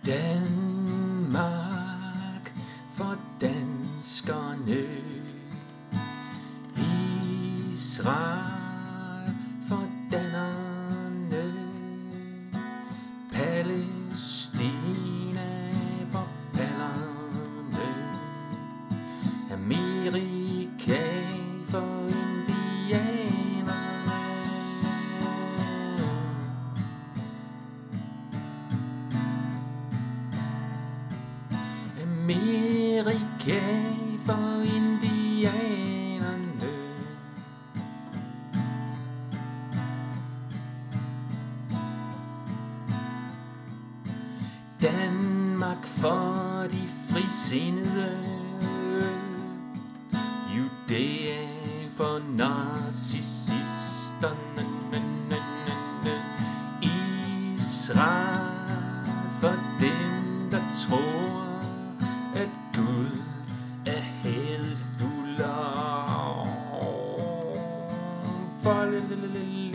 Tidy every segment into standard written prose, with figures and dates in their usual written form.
Danmark for danskerne, Israel for dannerne, Palæstina for pallerne, Amerika for indianerne, Amerika for indianerne. Danmark for de frisindede, Judæa for narcissisterne, Israel for dem, der tror, at Gud er hadefuld og voldelig.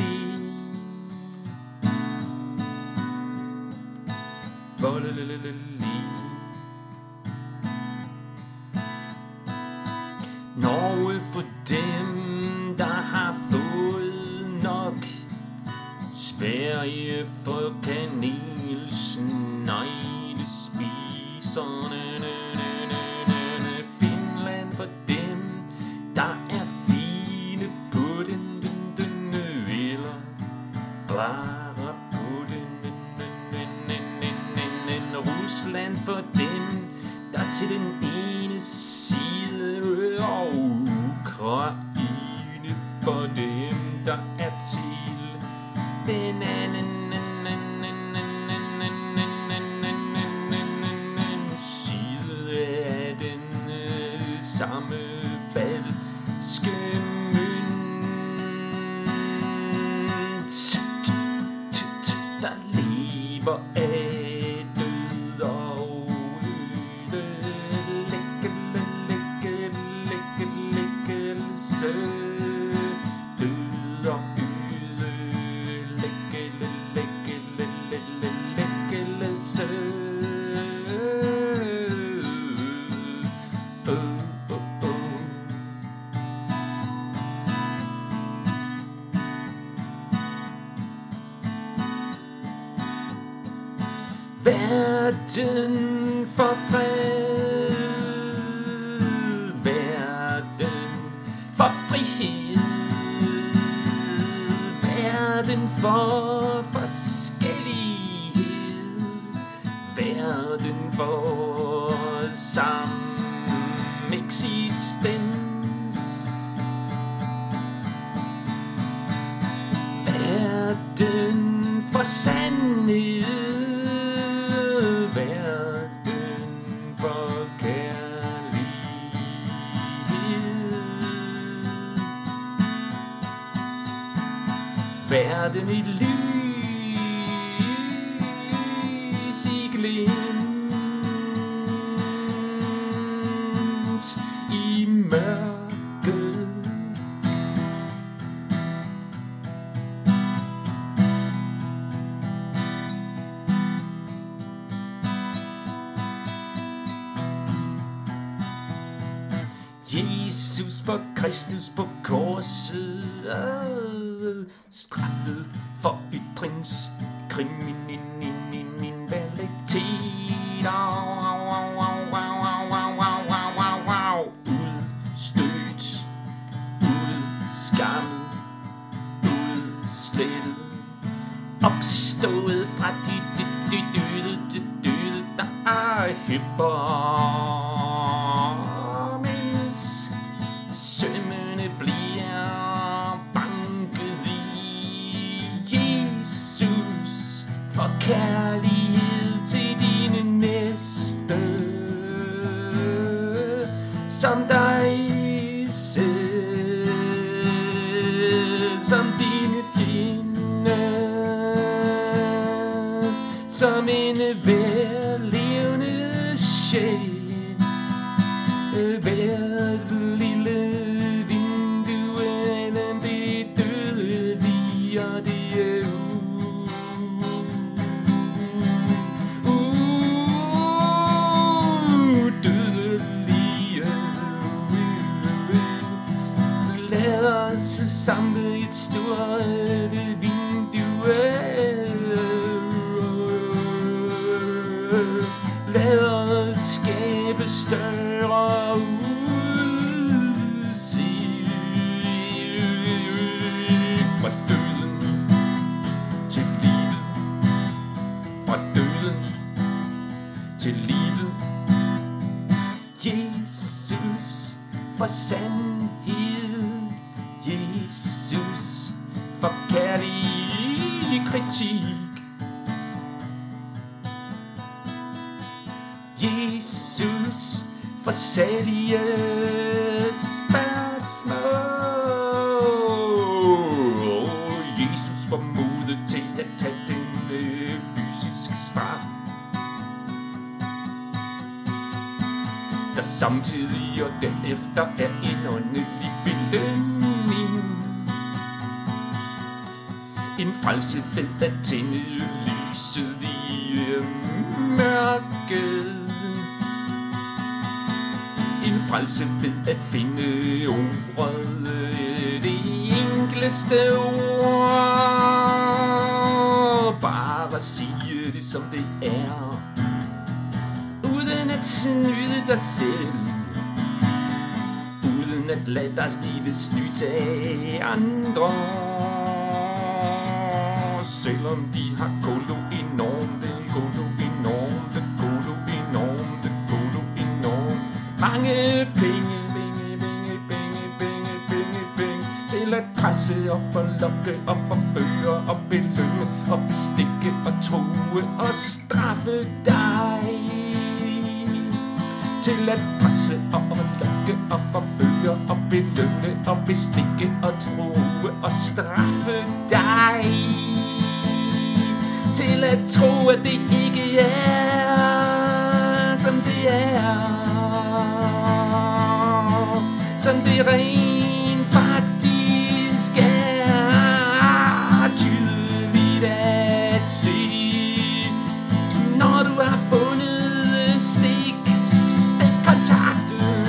Norge for dem, der har fået nok, Sverige for kanelsneglespiserne, Finland for dem, der er fine på den eller bare på den, Rusland for dem, der til den ene side, og Ukraine for dem, der er til den anden side af den samme falske mønt, der lever af død og ødelæggelse, død og ødelæggelse. Verden for fred, verden for frihed, verden for forskellighed, verden for sameksistens, verden for sandhed, verden for kærlighed, verden et lys i glimt i mørket. Jesus for Kristus på korset, straffet for ytringskriminalitet, udstødt, udskammet, udslettet, opstået fra de døde, der er hyppere. Sømmene bliver banket i Jesus for kærlighed til dine næste, som dig selv, som dine fjender, som en hver levende sjæl, hvert lille vindue, den bedødelige, og det er større udsigt. Fra døden til livet, fra døden til livet. Jesus for sandheden, Jesus for kærlig kritik. Jesus for særlige spørgsmål. Jesus for modet til at tage den fysiske straf, der samtidig og derefter er en åndelig belønning. En frelse ved at tænde lyset i mørket. En frelse ved at finde ordet, det enkleste ord. Bare sige det som det er, uden at snyde dig selv, uden at lade dig blive snydt af andre. Selvom de har kolo enormt, mange penge til at presse og forlokke og forføre og belønne og bestikke og true og straffe dig. Til at presse og lokke og forføre og belønne og bestikke og true og straffe dig. Til at tro, at det ikke er, som det er, som det rent faktisk er. Tydeligt at se, når du har fundet stikkontakten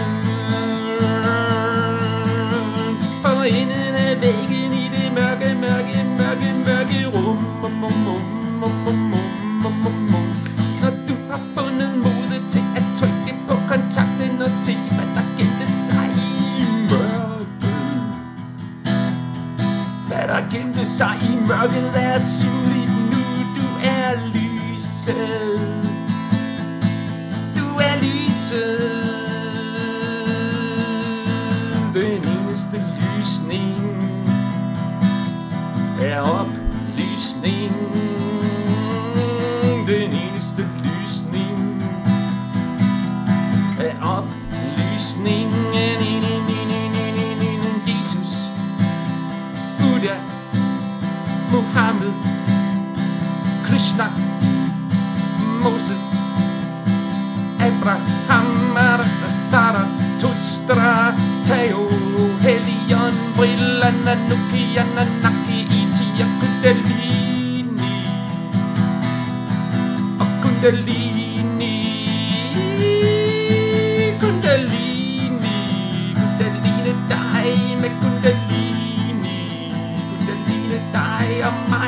for enden af væggen i det mørke rum. Når du har fundet modet til at trykke på kontakten og se, hvad der gemte sig i mørket. Hvad der gemte sig i mørket er synligt nu. Du er lyset. Du er lyset. Den eneste lysning er oplysning. Den eneste lysning er oplysningen. Jesus, Buddha, Muhammed, Krishna, Moses, Abraham, Zarathustra, Tao, Helion, Vrilla, Nanuki, Ananaki, Iti, Kundalini og Kundalini, Kundalini, Kundalini dig med Kundalini, Kundalini dig og mig.